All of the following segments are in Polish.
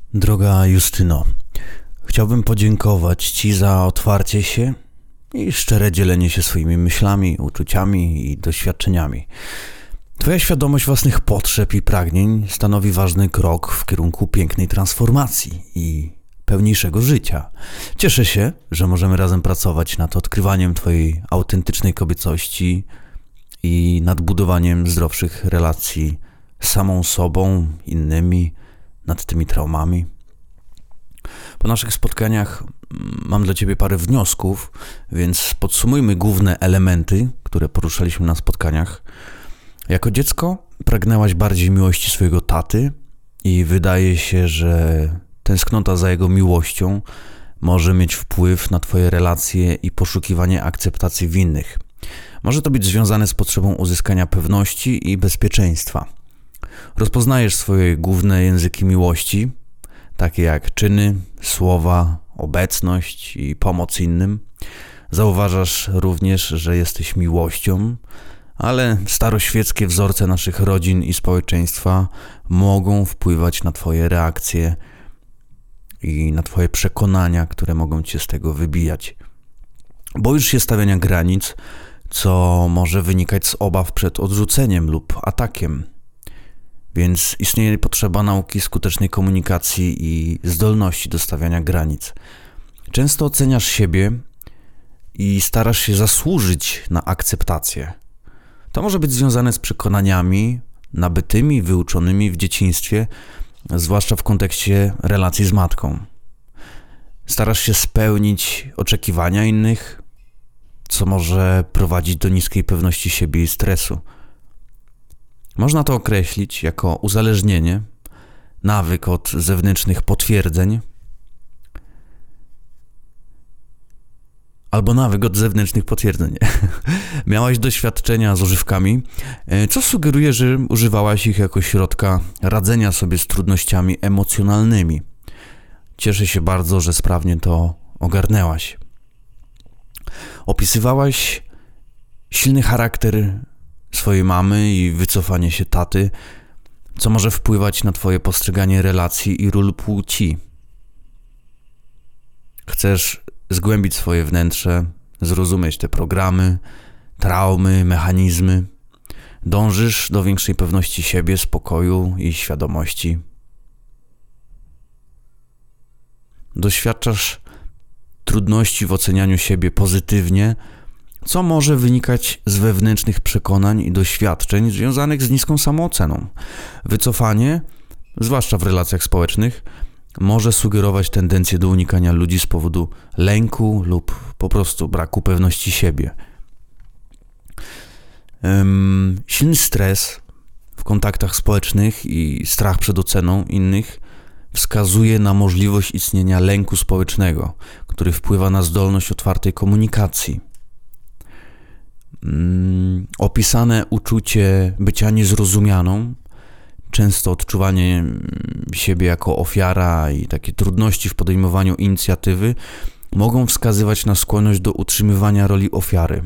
Droga Justyno, chciałbym podziękować Ci za otwarcie się i szczere dzielenie się swoimi myślami, uczuciami i doświadczeniami. Twoja świadomość własnych potrzeb i pragnień stanowi ważny krok w kierunku pięknej transformacji i pełniejszego życia. Cieszę się, że możemy razem pracować nad odkrywaniem Twojej autentycznej kobiecości i nad budowaniem zdrowszych relacji z samą sobą, innymi, nad tymi traumami. Po naszych spotkaniach mam dla Ciebie parę wniosków, więc podsumujmy główne elementy, które poruszaliśmy na spotkaniach. Jako dziecko pragnęłaś bardziej miłości swojego taty i wydaje się, że tęsknota za jego miłością może mieć wpływ na Twoje relacje i poszukiwanie akceptacji w innych. Może to być związane z potrzebą uzyskania pewności i bezpieczeństwa. Rozpoznajesz swoje główne języki miłości, takie jak czyny, słowa, obecność i pomoc innym. Zauważasz również, że jesteś miłością, ale staroświeckie wzorce naszych rodzin i społeczeństwa mogą wpływać na Twoje reakcje i na Twoje przekonania, które mogą Cię z tego wybijać. Boisz się stawiania granic, co może wynikać z obaw przed odrzuceniem lub atakiem. Więc istnieje potrzeba nauki skutecznej komunikacji i zdolności do stawiania granic. Często oceniasz siebie i starasz się zasłużyć na akceptację. To może być związane z przekonaniami nabytymi, wyuczonymi w dzieciństwie, zwłaszcza w kontekście relacji z matką. Starasz się spełnić oczekiwania innych, co może prowadzić do niskiej pewności siebie i stresu. Można to określić jako uzależnienie, nawyk od zewnętrznych potwierdzeń albo nawyk od zewnętrznych potwierdzeń. Miałaś doświadczenia z używkami, co sugeruje, że używałaś ich jako środka radzenia sobie z trudnościami emocjonalnymi. Cieszę się bardzo, że sprawnie to ogarnęłaś. Opisywałaś silny charakter swojej mamy i wycofanie się taty, co może wpływać na Twoje postrzeganie relacji i ról płci. Chcesz zgłębić swoje wnętrze, zrozumieć te programy, traumy, mechanizmy. Dążysz do większej pewności siebie, spokoju i świadomości. Doświadczasz trudności w ocenianiu siebie pozytywnie, co może wynikać z wewnętrznych przekonań i doświadczeń związanych z niską samooceną. Wycofanie, zwłaszcza w relacjach społecznych, może sugerować tendencję do unikania ludzi z powodu lęku lub po prostu braku pewności siebie. Silny stres w kontaktach społecznych i strach przed oceną innych wskazuje na możliwość istnienia lęku społecznego, który wpływa na zdolność otwartej komunikacji. Opisane uczucie bycia niezrozumianą, często odczuwanie siebie jako ofiara i takie trudności w podejmowaniu inicjatywy mogą wskazywać na skłonność do utrzymywania roli ofiary.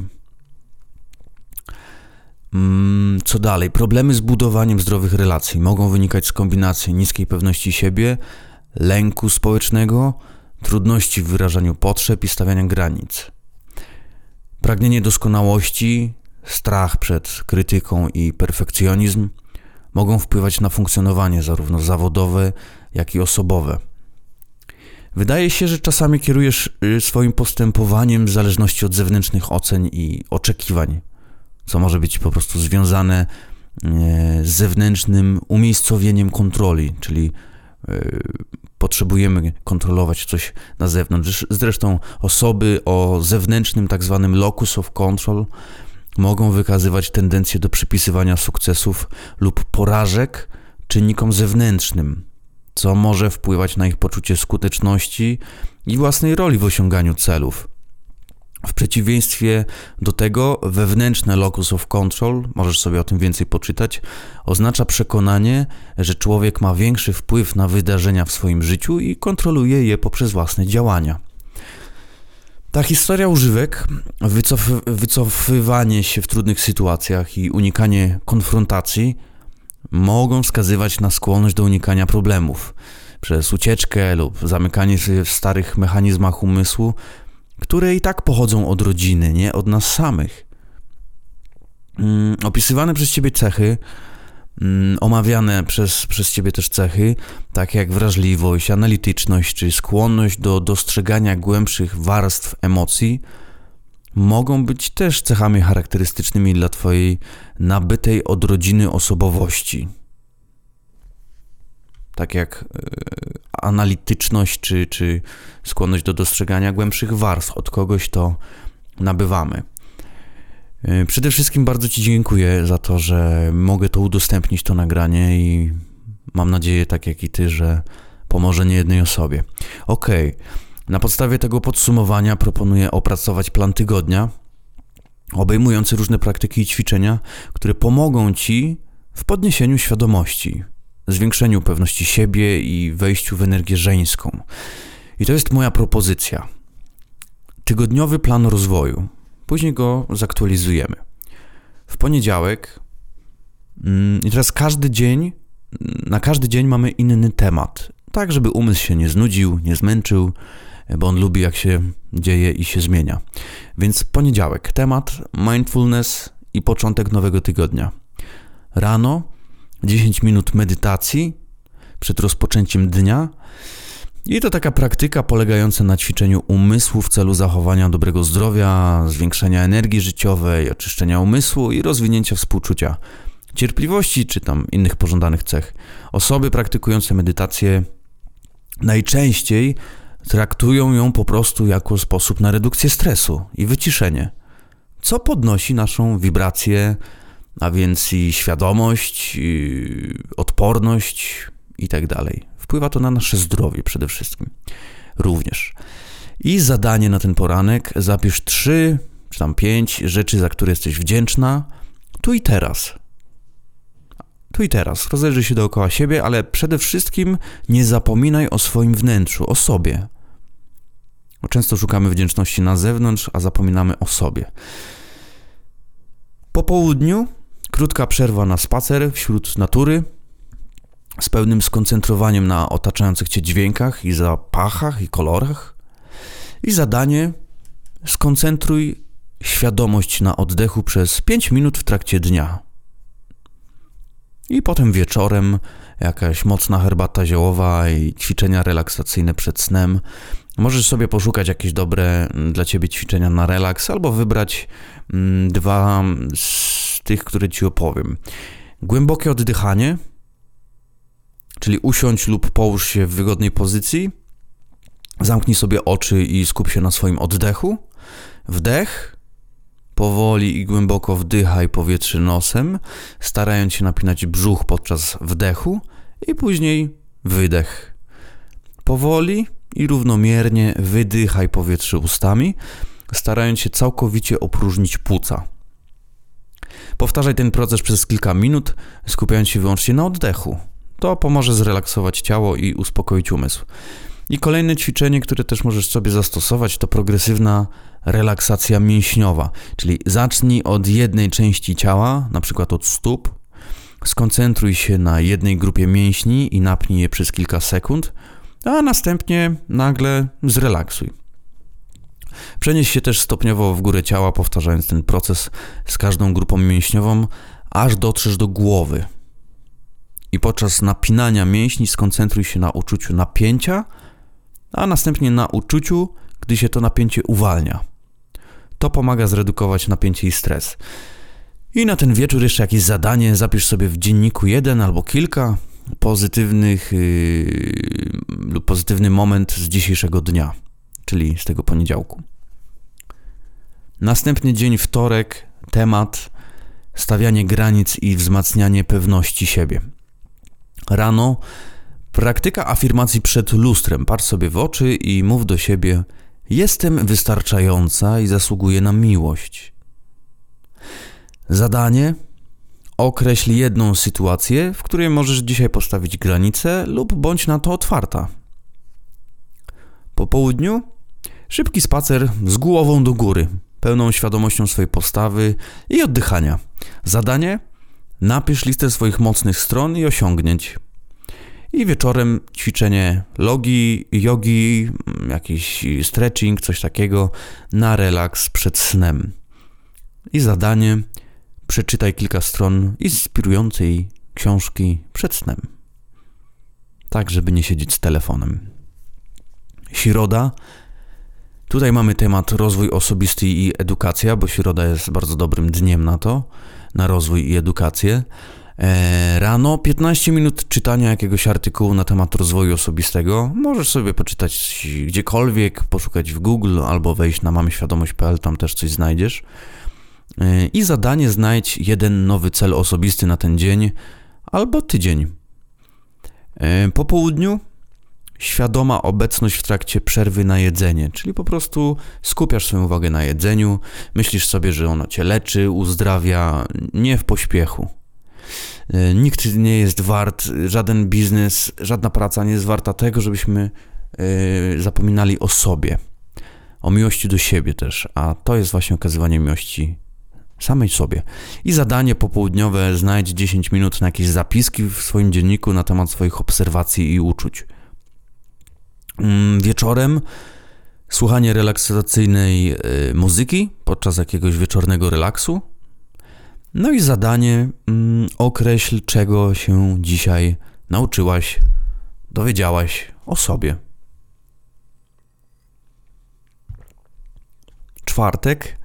Co dalej? Problemy z budowaniem zdrowych relacji mogą wynikać z kombinacji niskiej pewności siebie, lęku społecznego, trudności w wyrażaniu potrzeb i stawiania granic. Pragnienie doskonałości, strach przed krytyką i perfekcjonizm mogą wpływać na funkcjonowanie zarówno zawodowe, jak i osobowe. Wydaje się, że czasami kierujesz swoim postępowaniem w zależności od zewnętrznych ocen i oczekiwań, co może być po prostu związane z zewnętrznym umiejscowieniem kontroli, czyli potrzebujemy kontrolować coś na zewnątrz. Zresztą osoby o zewnętrznym tak zwanym locus of control mogą wykazywać tendencję do przypisywania sukcesów lub porażek czynnikom zewnętrznym, co może wpływać na ich poczucie skuteczności i własnej roli w osiąganiu celów. W przeciwieństwie do tego wewnętrzne locus of control, możesz sobie o tym więcej poczytać, oznacza przekonanie, że człowiek ma większy wpływ na wydarzenia w swoim życiu i kontroluje je poprzez własne działania. Ta historia używek, wycofywanie się w trudnych sytuacjach i unikanie konfrontacji mogą wskazywać na skłonność do unikania problemów. przez ucieczkę lub zamykanie się w starych mechanizmach umysłu, które i tak pochodzą od rodziny, nie od nas samych. Opisywane przez ciebie cechy, omawiane przez ciebie też cechy, takie jak wrażliwość, analityczność czy skłonność do dostrzegania głębszych warstw emocji, mogą być też cechami charakterystycznymi dla twojej nabytej od rodziny osobowości. Tak jak analityczność czy skłonność do dostrzegania głębszych warstw. Od kogoś to nabywamy. Przede wszystkim bardzo ci dziękuję za to, że mogę to udostępnić, to nagranie, i mam nadzieję, tak jak i ty, że pomoże niejednej osobie. Okej. Na podstawie tego podsumowania proponuję opracować plan tygodnia, obejmujący różne praktyki i ćwiczenia, które pomogą ci w podniesieniu świadomości, zwiększeniu pewności siebie i wejściu w energię żeńską. I to jest moja propozycja. Tygodniowy plan rozwoju. Później go zaktualizujemy. W poniedziałek i teraz na każdy dzień mamy inny temat, tak żeby umysł się nie znudził, nie zmęczył, bo on lubi, jak się dzieje i się zmienia. Więc poniedziałek, temat mindfulness i początek nowego tygodnia. Rano 10 minut medytacji przed rozpoczęciem dnia i to taka praktyka polegająca na ćwiczeniu umysłu w celu zachowania dobrego zdrowia, zwiększenia energii życiowej, oczyszczenia umysłu i rozwinięcia współczucia, cierpliwości czy tam innych pożądanych cech. Osoby praktykujące medytację najczęściej traktują ją po prostu jako sposób na redukcję stresu i wyciszenie, co podnosi naszą wibrację, a więc i świadomość, i odporność i tak dalej. Wpływa to na nasze zdrowie przede wszystkim również. I zadanie na ten poranek: zapisz 3 czy tam 5 rzeczy, za które jesteś wdzięczna tu i teraz. Tu i teraz. Rozejrzyj się dookoła siebie, ale przede wszystkim nie zapominaj o swoim wnętrzu, o sobie. Bo często szukamy wdzięczności na zewnątrz, a zapominamy o sobie. Po południu krótka przerwa na spacer wśród natury z pełnym skoncentrowaniem na otaczających cię dźwiękach i zapachach i kolorach. I zadanie: skoncentruj świadomość na oddechu przez 5 minut w trakcie dnia. I potem wieczorem jakaś mocna herbata ziołowa i ćwiczenia relaksacyjne przed snem. Możesz sobie poszukać jakieś dobre dla ciebie ćwiczenia na relaks albo wybrać 2 z tych, które ci opowiem. Głębokie oddychanie, czyli usiądź lub połóż się w wygodnej pozycji, zamknij sobie oczy i skup się na swoim oddechu. Wdech, powoli i głęboko wdychaj powietrze nosem, starając się napinać brzuch podczas wdechu, i później wydech. Powoli i równomiernie wydychaj powietrze ustami, starając się całkowicie opróżnić płuca. Powtarzaj ten proces przez kilka minut, skupiając się wyłącznie na oddechu. To pomoże zrelaksować ciało i uspokoić umysł. I kolejne ćwiczenie, które też możesz sobie zastosować, to progresywna relaksacja mięśniowa, czyli zacznij od jednej części ciała, na przykład od stóp, skoncentruj się na jednej grupie mięśni i napnij je przez kilka sekund, a następnie nagle zrelaksuj. Przenieś się też stopniowo w górę ciała, powtarzając ten proces z każdą grupą mięśniową, aż dotrzesz do głowy. I podczas napinania mięśni skoncentruj się na uczuciu napięcia, a następnie na uczuciu, gdy się to napięcie uwalnia. To pomaga zredukować napięcie i stres. I na ten wieczór jeszcze jakieś zadanie: zapisz sobie w dzienniku 1 albo kilka pozytywnych lub pozytywny moment z dzisiejszego dnia, czyli z tego poniedziałku. Następny dzień, wtorek, temat: stawianie granic i wzmacnianie pewności siebie. Rano praktyka afirmacji przed lustrem. Patrz sobie w oczy i mów do siebie: jestem wystarczająca i zasługuję na miłość. Zadanie: określ jedną sytuację, w której możesz dzisiaj postawić granicę lub bądź na to otwarta. Po południu szybki spacer z głową do góry, pełną świadomością swojej postawy i oddychania. Zadanie: napisz listę swoich mocnych stron i osiągnięć. I wieczorem ćwiczenie jogi, jakiś stretching, coś takiego na relaks przed snem. I zadanie: przeczytaj kilka stron inspirującej książki przed snem. Tak, żeby nie siedzieć z telefonem. Środa. Tutaj mamy temat rozwój osobisty i edukacja, bo środa jest bardzo dobrym dniem na rozwój i edukację. Rano 15 minut czytania jakiegoś artykułu na temat rozwoju osobistego. Możesz sobie poczytać gdziekolwiek, poszukać w Google albo wejść na mamyświadomość.pl, tam też coś znajdziesz. I zadanie: znajdź jeden nowy cel osobisty na ten dzień albo tydzień. Po południu świadoma obecność w trakcie przerwy na jedzenie, czyli po prostu skupiasz swoją uwagę na jedzeniu, myślisz sobie, że ono cię leczy, uzdrawia, nie w pośpiechu. Nikt nie jest wart, żaden biznes, żadna praca nie jest warta tego, żebyśmy zapominali o sobie, o miłości do siebie też, a to jest właśnie okazywanie miłości samej sobie. I zadanie popołudniowe: znajdź 10 minut na jakieś zapiski w swoim dzienniku na temat swoich obserwacji i uczuć. Wieczorem słuchanie relaksacyjnej muzyki podczas jakiegoś wieczornego relaksu. No i zadanie: określ, czego się dzisiaj nauczyłaś, dowiedziałaś o sobie. Czwartek.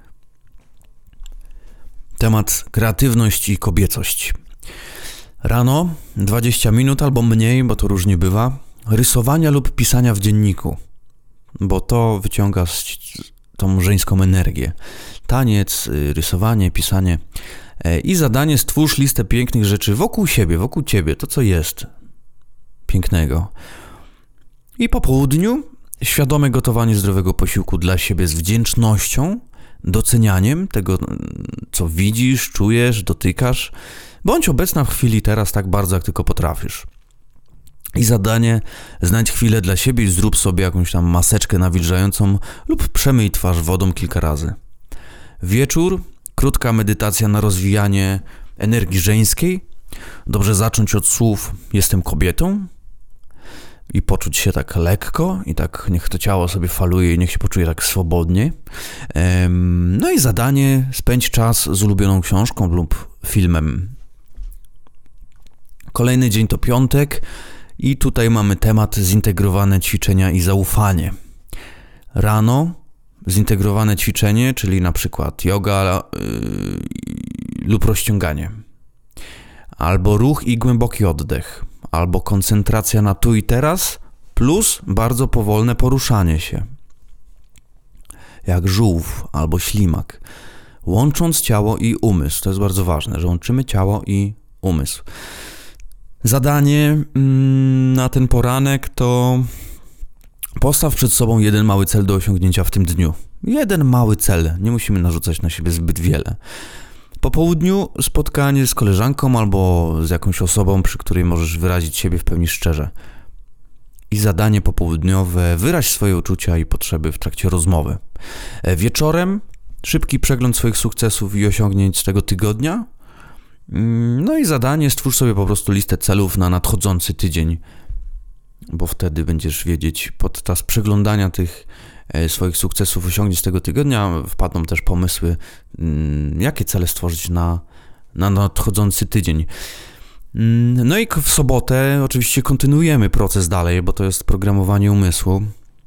Temat kreatywność i kobiecość. Rano 20 minut albo mniej, bo to różnie bywa, rysowania lub pisania w dzienniku, bo to wyciąga tą żeńską energię. Taniec, rysowanie, pisanie. I zadanie: stwórz listę pięknych rzeczy wokół siebie, wokół ciebie, to co jest pięknego. I po południu świadome gotowanie zdrowego posiłku dla siebie z wdzięcznością, docenianiem tego, co widzisz, czujesz, dotykasz. Bądź obecna w chwili teraz tak bardzo, jak tylko potrafisz. I zadanie: znajdź chwilę dla siebie i zrób sobie jakąś tam maseczkę nawilżającą lub przemyj twarz wodą kilka razy. Wieczór, krótka medytacja na rozwijanie energii żeńskiej. Dobrze zacząć od słów: jestem kobietą, i poczuć się tak lekko i tak niech to ciało sobie faluje i niech się poczuje tak swobodnie. No i zadanie: spędź czas z ulubioną książką lub filmem. Kolejny dzień to piątek i tutaj mamy temat zintegrowane ćwiczenia i zaufanie. Rano zintegrowane ćwiczenie, czyli na przykład yoga lub rozciąganie. Albo ruch i głęboki oddech. Albo koncentracja na tu i teraz plus bardzo powolne poruszanie się. Jak żółw albo ślimak. Łącząc ciało i umysł. To jest bardzo ważne, że łączymy ciało i umysł. Zadanie na ten poranek to: postaw przed sobą jeden mały cel do osiągnięcia w tym dniu. Jeden mały cel. Nie musimy narzucać na siebie zbyt wiele. Po południu spotkanie z koleżanką albo z jakąś osobą, przy której możesz wyrazić siebie w pełni szczerze. I zadanie popołudniowe: wyraź swoje uczucia i potrzeby w trakcie rozmowy. Wieczorem szybki przegląd swoich sukcesów i osiągnięć z tego tygodnia. No i zadanie: stwórz sobie po prostu listę celów na nadchodzący tydzień, bo wtedy będziesz wiedzieć, podczas przeglądania tych swoich sukcesów, osiągnięć z tego tygodnia wpadną też pomysły, jakie cele stworzyć na nadchodzący tydzień. No i w sobotę oczywiście kontynuujemy proces dalej, bo to jest programowanie umysłu.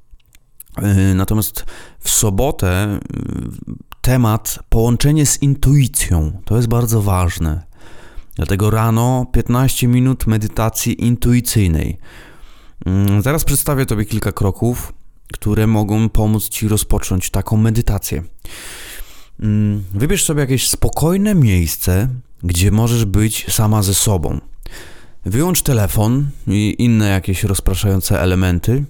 Natomiast w sobotę temat połączenie z intuicją. To jest bardzo ważne. Dlatego rano 15 minut medytacji intuicyjnej. Zaraz przedstawię Tobie kilka kroków, które mogą pomóc Ci rozpocząć taką medytację. Wybierz sobie jakieś spokojne miejsce, gdzie możesz być sama ze sobą. Wyłącz telefon i inne jakieś rozpraszające elementy.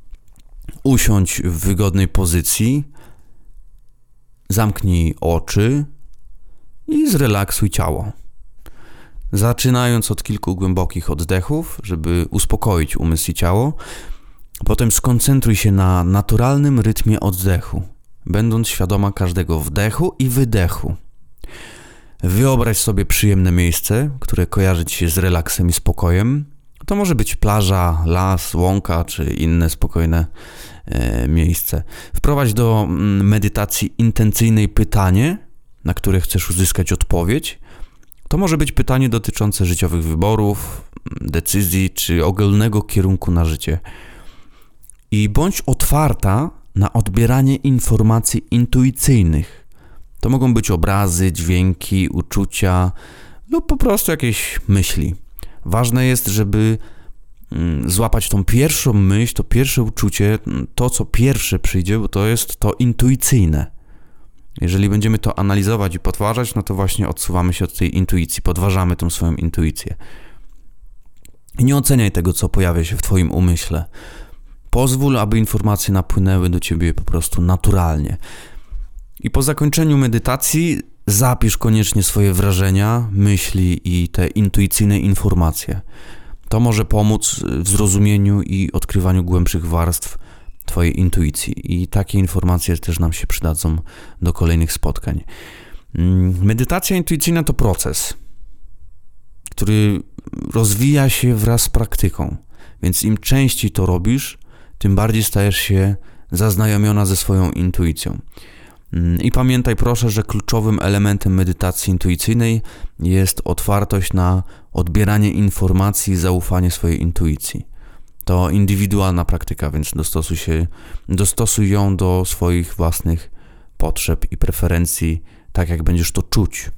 Usiądź w wygodnej pozycji. Zamknij oczy i zrelaksuj ciało. Zaczynając od kilku głębokich oddechów, żeby uspokoić umysł i ciało. Potem skoncentruj się na naturalnym rytmie oddechu, będąc świadoma każdego wdechu i wydechu. Wyobraź sobie przyjemne miejsce, które kojarzy Ci się z relaksem i spokojem. To może być plaża, las, łąka czy inne spokojne miejsce. Wprowadź do medytacji intencyjnej pytanie, na które chcesz uzyskać odpowiedź. To może być pytanie dotyczące życiowych wyborów, decyzji czy ogólnego kierunku na życie. I bądź otwarta na odbieranie informacji intuicyjnych. To mogą być obrazy, dźwięki, uczucia lub po prostu jakieś myśli. Ważne jest, żeby złapać tą pierwszą myśl, to pierwsze uczucie, to co pierwsze przyjdzie, bo to jest to intuicyjne. Jeżeli będziemy to analizować i podważać, no to właśnie odsuwamy się od tej intuicji, podważamy tą swoją intuicję. I nie oceniaj tego, co pojawia się w twoim umyśle. Pozwól, aby informacje napłynęły do ciebie po prostu naturalnie. I po zakończeniu medytacji zapisz koniecznie swoje wrażenia, myśli i te intuicyjne informacje. To może pomóc w zrozumieniu i odkrywaniu głębszych warstw twojej intuicji i takie informacje też nam się przydadzą do kolejnych spotkań. Medytacja intuicyjna to proces, który rozwija się wraz z praktyką, więc im częściej to robisz, tym bardziej stajesz się zaznajomiona ze swoją intuicją. I pamiętaj proszę, że kluczowym elementem medytacji intuicyjnej jest otwartość na odbieranie informacji i zaufanie swojej intuicji. To indywidualna praktyka, więc dostosuj ją do swoich własnych potrzeb i preferencji, tak jak będziesz to czuć.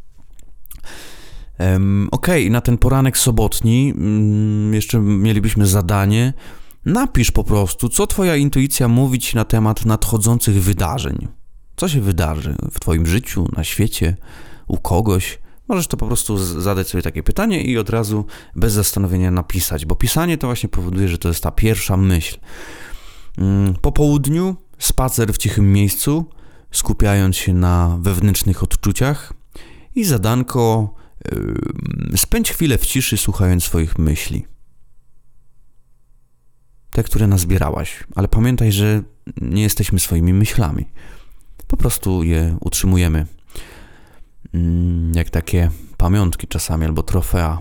Okej, na ten poranek sobotni jeszcze mielibyśmy zadanie. Napisz po prostu, co twoja intuicja mówi ci na temat nadchodzących wydarzeń. Co się wydarzy w twoim życiu, na świecie, u kogoś. Możesz to po prostu zadać sobie takie pytanie i od razu bez zastanowienia napisać, bo pisanie to właśnie powoduje, że to jest ta pierwsza myśl. Po południu spacer w cichym miejscu, skupiając się na wewnętrznych odczuciach i zadanko spędź chwilę w ciszy, słuchając swoich myśli. Te, które nazbierałaś, ale pamiętaj, że nie jesteśmy swoimi myślami. Po prostu je utrzymujemy jak takie pamiątki czasami albo trofea.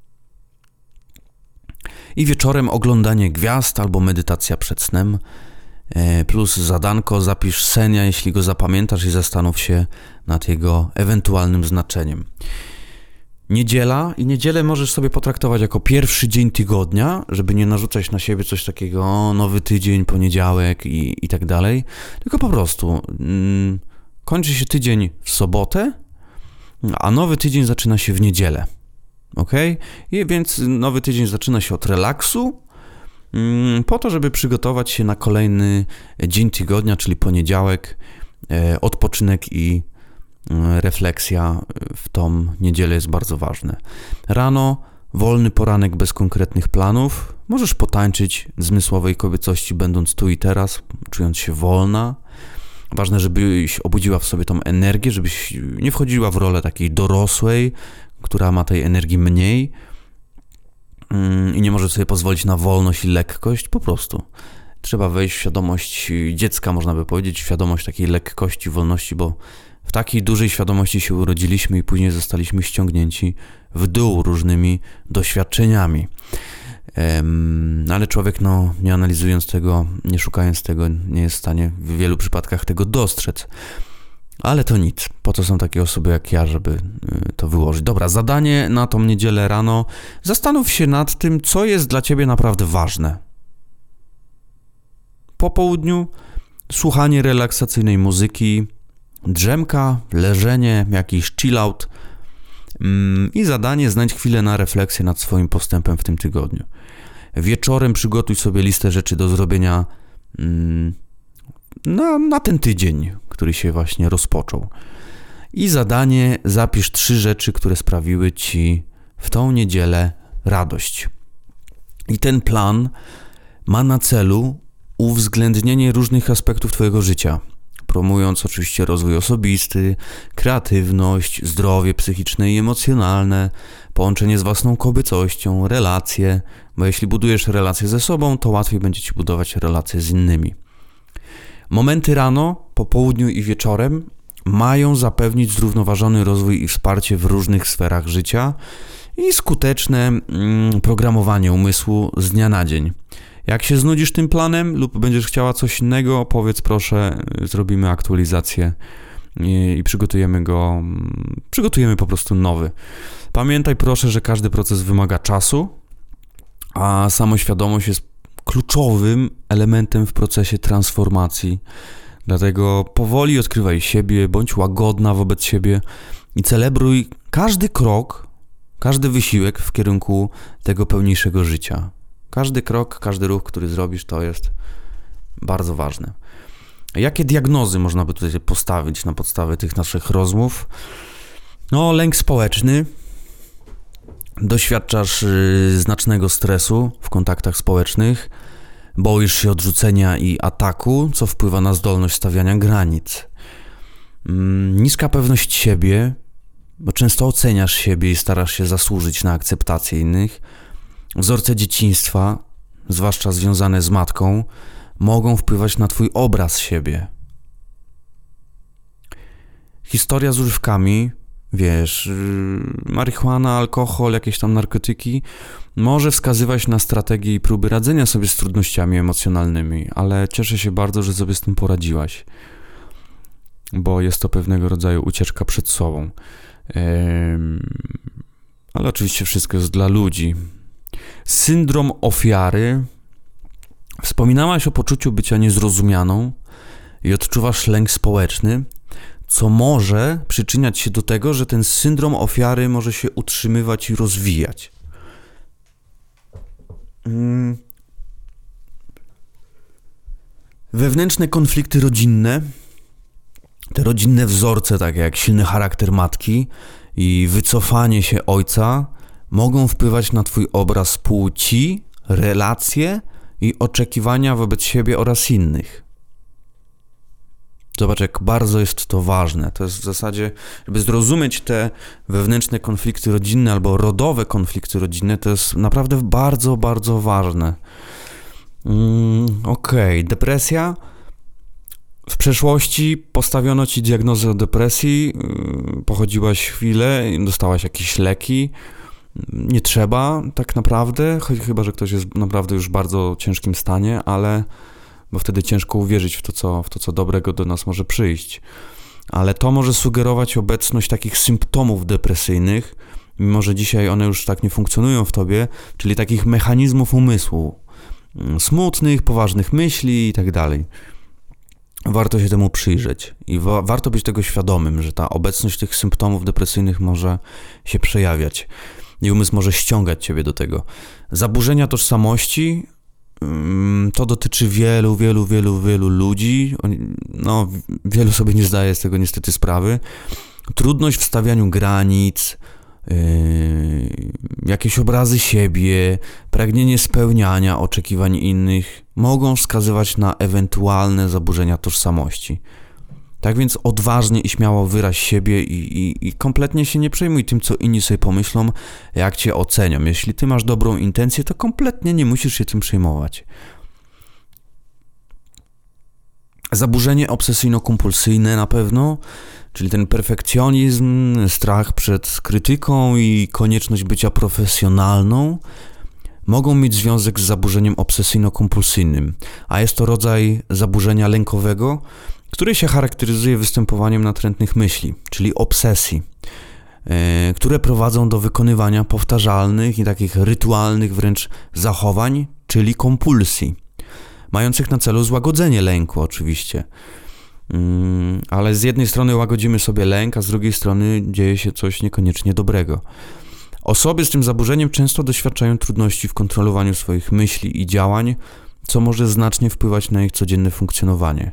I wieczorem oglądanie gwiazd albo medytacja przed snem plus zadanko, zapisz sen, jeśli go zapamiętasz i zastanów się nad jego ewentualnym znaczeniem. Niedzielę możesz sobie potraktować jako pierwszy dzień tygodnia, żeby nie narzucać na siebie coś takiego, nowy tydzień, poniedziałek i tak dalej, tylko po prostu kończy się tydzień w sobotę, a nowy tydzień zaczyna się w niedzielę, okej? I więc nowy tydzień zaczyna się od relaksu, po to, żeby przygotować się na kolejny dzień tygodnia, czyli poniedziałek, odpoczynek i refleksja w tą niedzielę jest bardzo ważne. Rano, wolny poranek bez konkretnych planów. Możesz potańczyć zmysłowej kobiecości, będąc tu i teraz, czując się wolna. Ważne, żebyś obudziła w sobie tą energię, żebyś nie wchodziła w rolę takiej dorosłej, która ma tej energii mniej i nie może sobie pozwolić na wolność i lekkość. Po prostu trzeba wejść w świadomość dziecka, można by powiedzieć, świadomość takiej lekkości, wolności, bo w takiej dużej świadomości się urodziliśmy i później zostaliśmy ściągnięci w dół różnymi doświadczeniami. Ale człowiek, nie analizując tego, nie szukając tego, nie jest w stanie w wielu przypadkach tego dostrzec. Ale to nic. Po to są takie osoby jak ja, żeby to wyłożyć. Dobra, zadanie na tą niedzielę rano. Zastanów się nad tym, co jest dla ciebie naprawdę ważne. Po południu słuchanie relaksacyjnej muzyki, drzemka, leżenie, jakiś chill out i zadanie znajdź chwilę na refleksję nad swoim postępem w tym tygodniu. Wieczorem przygotuj sobie listę rzeczy do zrobienia na ten tydzień, który się właśnie rozpoczął. I zadanie zapisz 3 rzeczy, które sprawiły ci w tą niedzielę radość. I ten plan ma na celu uwzględnienie różnych aspektów twojego życia, promując oczywiście rozwój osobisty, kreatywność, zdrowie psychiczne i emocjonalne, połączenie z własną kobiecością, relacje, bo jeśli budujesz relacje ze sobą, to łatwiej będzie ci budować relacje z innymi. Momenty rano, po południu i wieczorem mają zapewnić zrównoważony rozwój i wsparcie w różnych sferach życia i skuteczne programowanie umysłu z dnia na dzień. Jak się znudzisz tym planem lub będziesz chciała coś innego, powiedz proszę, zrobimy aktualizację i przygotujemy po prostu nowy. Pamiętaj proszę, że każdy proces wymaga czasu, a samoświadomość jest kluczowym elementem w procesie transformacji. Dlatego powoli odkrywaj siebie, bądź łagodna wobec siebie i celebruj każdy krok, każdy wysiłek w kierunku tego pełniejszego życia. Każdy krok, każdy ruch, który zrobisz, to jest bardzo ważne. Jakie diagnozy można by tutaj postawić na podstawie tych naszych rozmów? Lęk społeczny. Doświadczasz znacznego stresu w kontaktach społecznych. Boisz się odrzucenia i ataku, co wpływa na zdolność stawiania granic. Niska pewność siebie, bo często oceniasz siebie i starasz się zasłużyć na akceptację innych. Wzorce dzieciństwa, zwłaszcza związane z matką, mogą wpływać na twój obraz siebie. Historia z używkami, marihuana, alkohol, jakieś tam narkotyki, może wskazywać na strategie i próby radzenia sobie z trudnościami emocjonalnymi, ale cieszę się bardzo, że sobie z tym poradziłaś, bo jest to pewnego rodzaju ucieczka przed sobą. Ale oczywiście wszystko jest dla ludzi. Syndrom ofiary. Wspominałaś o poczuciu bycia niezrozumianą i odczuwasz lęk społeczny, co może przyczyniać się do tego, że ten syndrom ofiary może się utrzymywać i rozwijać. Wewnętrzne konflikty rodzinne, te rodzinne wzorce, takie jak silny charakter matki i wycofanie się ojca, mogą wpływać na twój obraz płci, relacje i oczekiwania wobec siebie oraz innych. Zobacz, jak bardzo jest to ważne. To jest w zasadzie, żeby zrozumieć te wewnętrzne konflikty rodzinne albo rodowe konflikty rodzinne, to jest naprawdę bardzo, bardzo ważne. Depresja. W przeszłości postawiono ci diagnozę depresji, pochodziłaś chwilę, dostałaś jakieś leki. Nie trzeba tak naprawdę, chyba że ktoś jest naprawdę już w bardzo ciężkim stanie, bo wtedy ciężko uwierzyć w to, co dobrego do nas może przyjść. Ale to może sugerować obecność takich symptomów depresyjnych, mimo że dzisiaj one już tak nie funkcjonują w tobie, czyli takich mechanizmów umysłu, smutnych, poważnych myśli i tak dalej. Warto się temu przyjrzeć i warto być tego świadomym, że ta obecność tych symptomów depresyjnych może się przejawiać i umysł może ściągać ciebie do tego. Zaburzenia tożsamości, to dotyczy wielu ludzi. Wielu sobie nie zdaje z tego niestety sprawy. Trudność w stawianiu granic, jakieś obrazy siebie, pragnienie spełniania oczekiwań innych mogą wskazywać na ewentualne zaburzenia tożsamości. Tak więc odważnie i śmiało wyraź siebie i kompletnie się nie przejmuj tym, co inni sobie pomyślą, jak cię ocenią. Jeśli ty masz dobrą intencję, to kompletnie nie musisz się tym przejmować. Zaburzenie obsesyjno-kompulsyjne na pewno, czyli ten perfekcjonizm, strach przed krytyką i konieczność bycia profesjonalną, mogą mieć związek z zaburzeniem obsesyjno-kompulsyjnym, a jest to rodzaj zaburzenia lękowego, który się charakteryzuje występowaniem natrętnych myśli, czyli obsesji, które prowadzą do wykonywania powtarzalnych i takich rytualnych wręcz zachowań, czyli kompulsji, mających na celu złagodzenie lęku oczywiście. Ale z jednej strony łagodzimy sobie lęk, a z drugiej strony dzieje się coś niekoniecznie dobrego. Osoby z tym zaburzeniem często doświadczają trudności w kontrolowaniu swoich myśli i działań, co może znacznie wpływać na ich codzienne funkcjonowanie.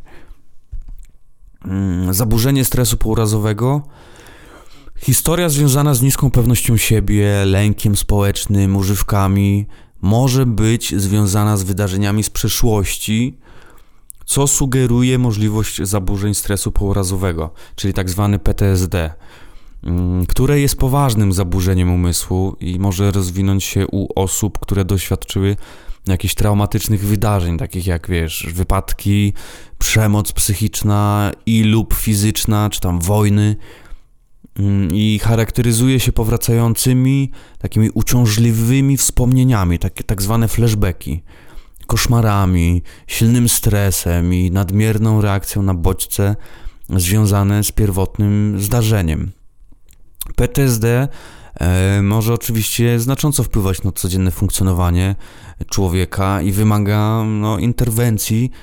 Zaburzenie stresu pourazowego. Historia związana z niską pewnością siebie, lękiem społecznym, używkami może być związana z wydarzeniami z przeszłości, co sugeruje możliwość zaburzeń stresu pourazowego, czyli tak zwany PTSD, które jest poważnym zaburzeniem umysłu i może rozwinąć się u osób, które doświadczyły jakichś traumatycznych wydarzeń, takich jak, wypadki, przemoc psychiczna i lub fizyczna, czy tam wojny, i charakteryzuje się powracającymi takimi uciążliwymi wspomnieniami, tak zwane flashbacki, koszmarami, silnym stresem i nadmierną reakcją na bodźce związane z pierwotnym zdarzeniem. PTSD może oczywiście znacząco wpływać na codzienne funkcjonowanie człowieka i wymaga interwencji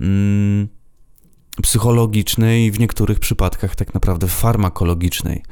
psychologicznej i w niektórych przypadkach tak naprawdę farmakologicznej.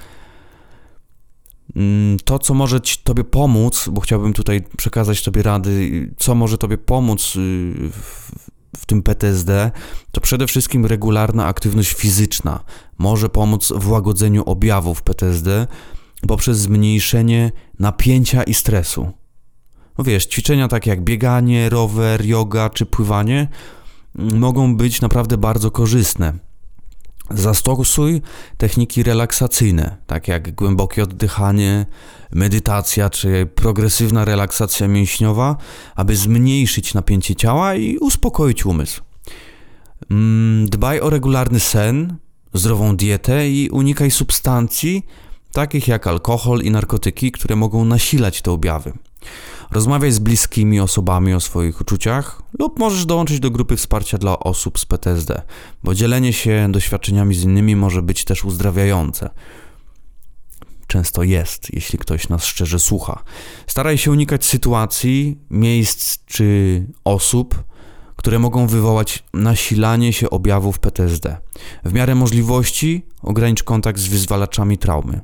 To, co może Tobie pomóc, bo chciałbym tutaj przekazać Tobie rady, co może Tobie pomóc w tym PTSD, to przede wszystkim regularna aktywność fizyczna może pomóc w łagodzeniu objawów PTSD poprzez zmniejszenie napięcia i stresu. Ćwiczenia takie jak bieganie, rower, joga czy pływanie mogą być naprawdę bardzo korzystne. Zastosuj techniki relaksacyjne, tak jak głębokie oddychanie, medytacja czy progresywna relaksacja mięśniowa, aby zmniejszyć napięcie ciała i uspokoić umysł. Dbaj o regularny sen, zdrową dietę i unikaj substancji takich jak alkohol i narkotyki, które mogą nasilać te objawy. Rozmawiaj z bliskimi osobami o swoich uczuciach lub możesz dołączyć do grupy wsparcia dla osób z PTSD, bo dzielenie się doświadczeniami z innymi może być też uzdrawiające. Często jest, jeśli ktoś nas szczerze słucha. Staraj się unikać sytuacji, miejsc czy osób, które mogą wywołać nasilanie się objawów PTSD. W miarę możliwości ogranicz kontakt z wyzwalaczami traumy.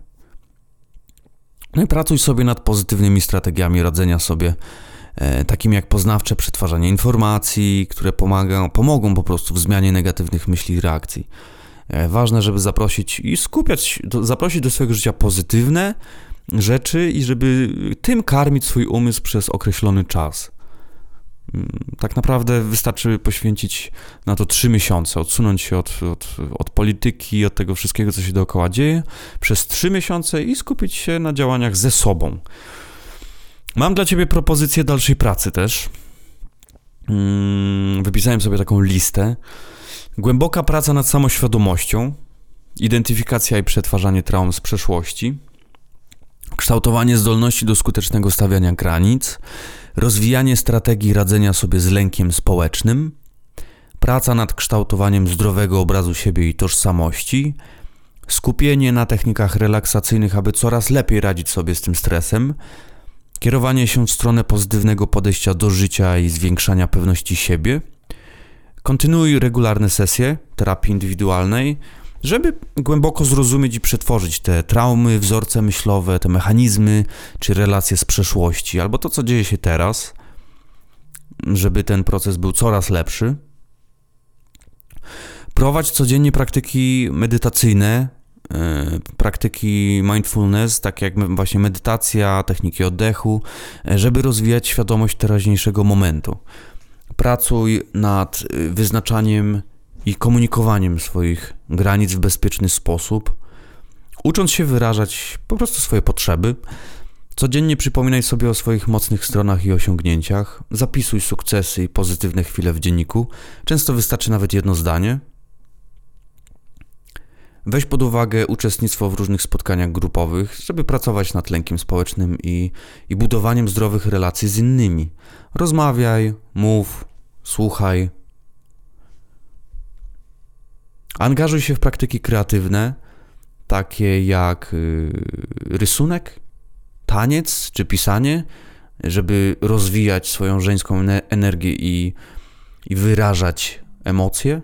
I pracuj sobie nad pozytywnymi strategiami radzenia sobie, takimi jak poznawcze przetwarzanie informacji, które pomogą po prostu w zmianie negatywnych myśli i reakcji. Ważne, żeby zaprosić do swojego życia pozytywne rzeczy i żeby tym karmić swój umysł przez określony czas. Tak naprawdę wystarczy poświęcić na to 3 miesiące, odsunąć się od polityki, od tego wszystkiego, co się dookoła dzieje, przez 3 miesiące i skupić się na działaniach ze sobą. Mam dla Ciebie propozycję dalszej pracy też. Wypisałem sobie taką listę. Głęboka praca nad samoświadomością, identyfikacja i przetwarzanie traum z przeszłości, kształtowanie zdolności do skutecznego stawiania granic, rozwijanie strategii radzenia sobie z lękiem społecznym, praca nad kształtowaniem zdrowego obrazu siebie i tożsamości, skupienie na technikach relaksacyjnych, aby coraz lepiej radzić sobie z tym stresem, kierowanie się w stronę pozytywnego podejścia do życia i zwiększania pewności siebie. Kontynuuj regularne sesje terapii indywidualnej, żeby głęboko zrozumieć i przetworzyć te traumy, wzorce myślowe, te mechanizmy czy relacje z przeszłości, albo to, co dzieje się teraz, żeby ten proces był coraz lepszy. Prowadź codziennie praktyki medytacyjne, praktyki mindfulness, tak jak właśnie medytacja, techniki oddechu, żeby rozwijać świadomość teraźniejszego momentu. Pracuj nad wyznaczaniem i komunikowaniem swoich granic w bezpieczny sposób, ucząc się wyrażać po prostu swoje potrzeby. Codziennie przypominaj sobie o swoich mocnych stronach i osiągnięciach, zapisuj sukcesy i pozytywne chwile w dzienniku, często wystarczy nawet jedno zdanie. Weź pod uwagę uczestnictwo w różnych spotkaniach grupowych, żeby pracować nad lękiem społecznym i budowaniem zdrowych relacji z innymi. Rozmawiaj, mów, słuchaj. Angażuj się w praktyki kreatywne, takie jak rysunek, taniec czy pisanie, żeby rozwijać swoją żeńską energię i wyrażać emocje.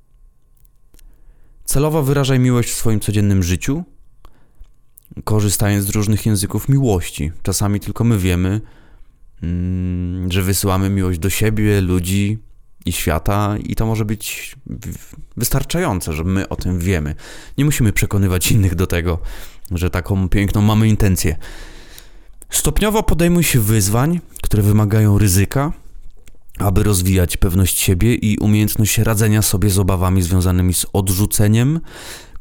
Celowo wyrażaj miłość w swoim codziennym życiu, korzystając z różnych języków miłości. Czasami tylko my wiemy, że wysyłamy miłość do siebie, ludzi i świata i to może być wystarczające, że my o tym wiemy. Nie musimy przekonywać innych do tego, że taką piękną mamy intencję. Stopniowo podejmuj się wyzwań, które wymagają ryzyka, aby rozwijać pewność siebie i umiejętność radzenia sobie z obawami związanymi z odrzuceniem,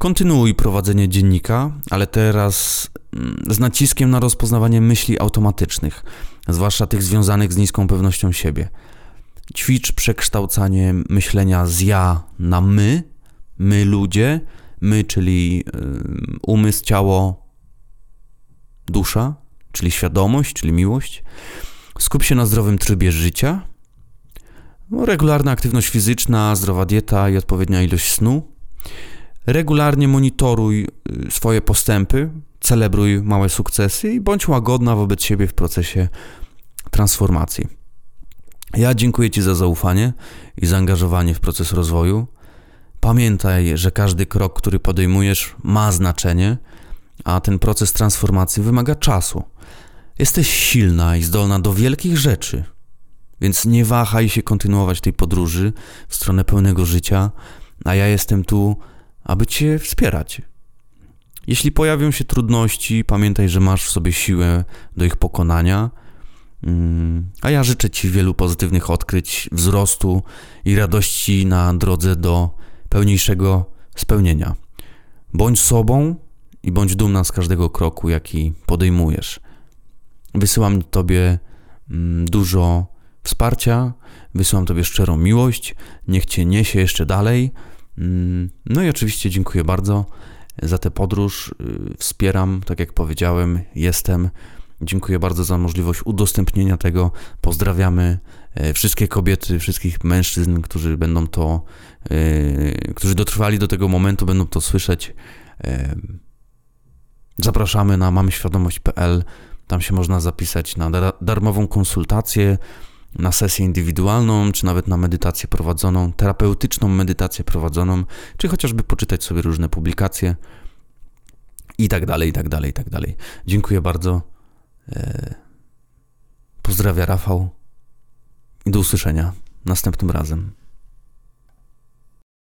Kontynuuj prowadzenie dziennika, ale teraz z naciskiem na rozpoznawanie myśli automatycznych, zwłaszcza tych związanych z niską pewnością siebie. Ćwicz przekształcanie myślenia z ja na my ludzie, my, czyli umysł, ciało, dusza, czyli świadomość, czyli miłość. Skup się na zdrowym trybie życia, regularna aktywność fizyczna, zdrowa dieta i odpowiednia ilość snu. Regularnie monitoruj swoje postępy, celebruj małe sukcesy i bądź łagodna wobec siebie w procesie transformacji. Ja dziękuję Ci za zaufanie i zaangażowanie w proces rozwoju. Pamiętaj, że każdy krok, który podejmujesz, ma znaczenie, a ten proces transformacji wymaga czasu. Jesteś silna i zdolna do wielkich rzeczy, więc nie wahaj się kontynuować tej podróży w stronę pełnego życia, a ja jestem tu, aby Cię wspierać. Jeśli pojawią się trudności, pamiętaj, że masz w sobie siłę do ich pokonania, a ja życzę Ci wielu pozytywnych odkryć, wzrostu i radości na drodze do pełniejszego spełnienia. Bądź sobą i bądź dumna z każdego kroku, jaki podejmujesz. Wysyłam Tobie dużo wsparcia, wysyłam Tobie szczerą miłość, niech Cię niesie jeszcze dalej. No i oczywiście dziękuję bardzo za tę podróż, wspieram, tak jak powiedziałem, jestem. Dziękuję bardzo za możliwość udostępnienia tego. Pozdrawiamy wszystkie kobiety, wszystkich mężczyzn, którzy będą to, którzy dotrwali do tego momentu, będą to słyszeć. Zapraszamy na mamświadomość.pl. Tam się można zapisać na darmową konsultację, na sesję indywidualną, czy nawet na medytację prowadzoną, terapeutyczną medytację prowadzoną, czy chociażby poczytać sobie różne publikacje i tak dalej, i tak dalej, i tak dalej. Dziękuję bardzo. Pozdrawia Rafał i do usłyszenia następnym razem.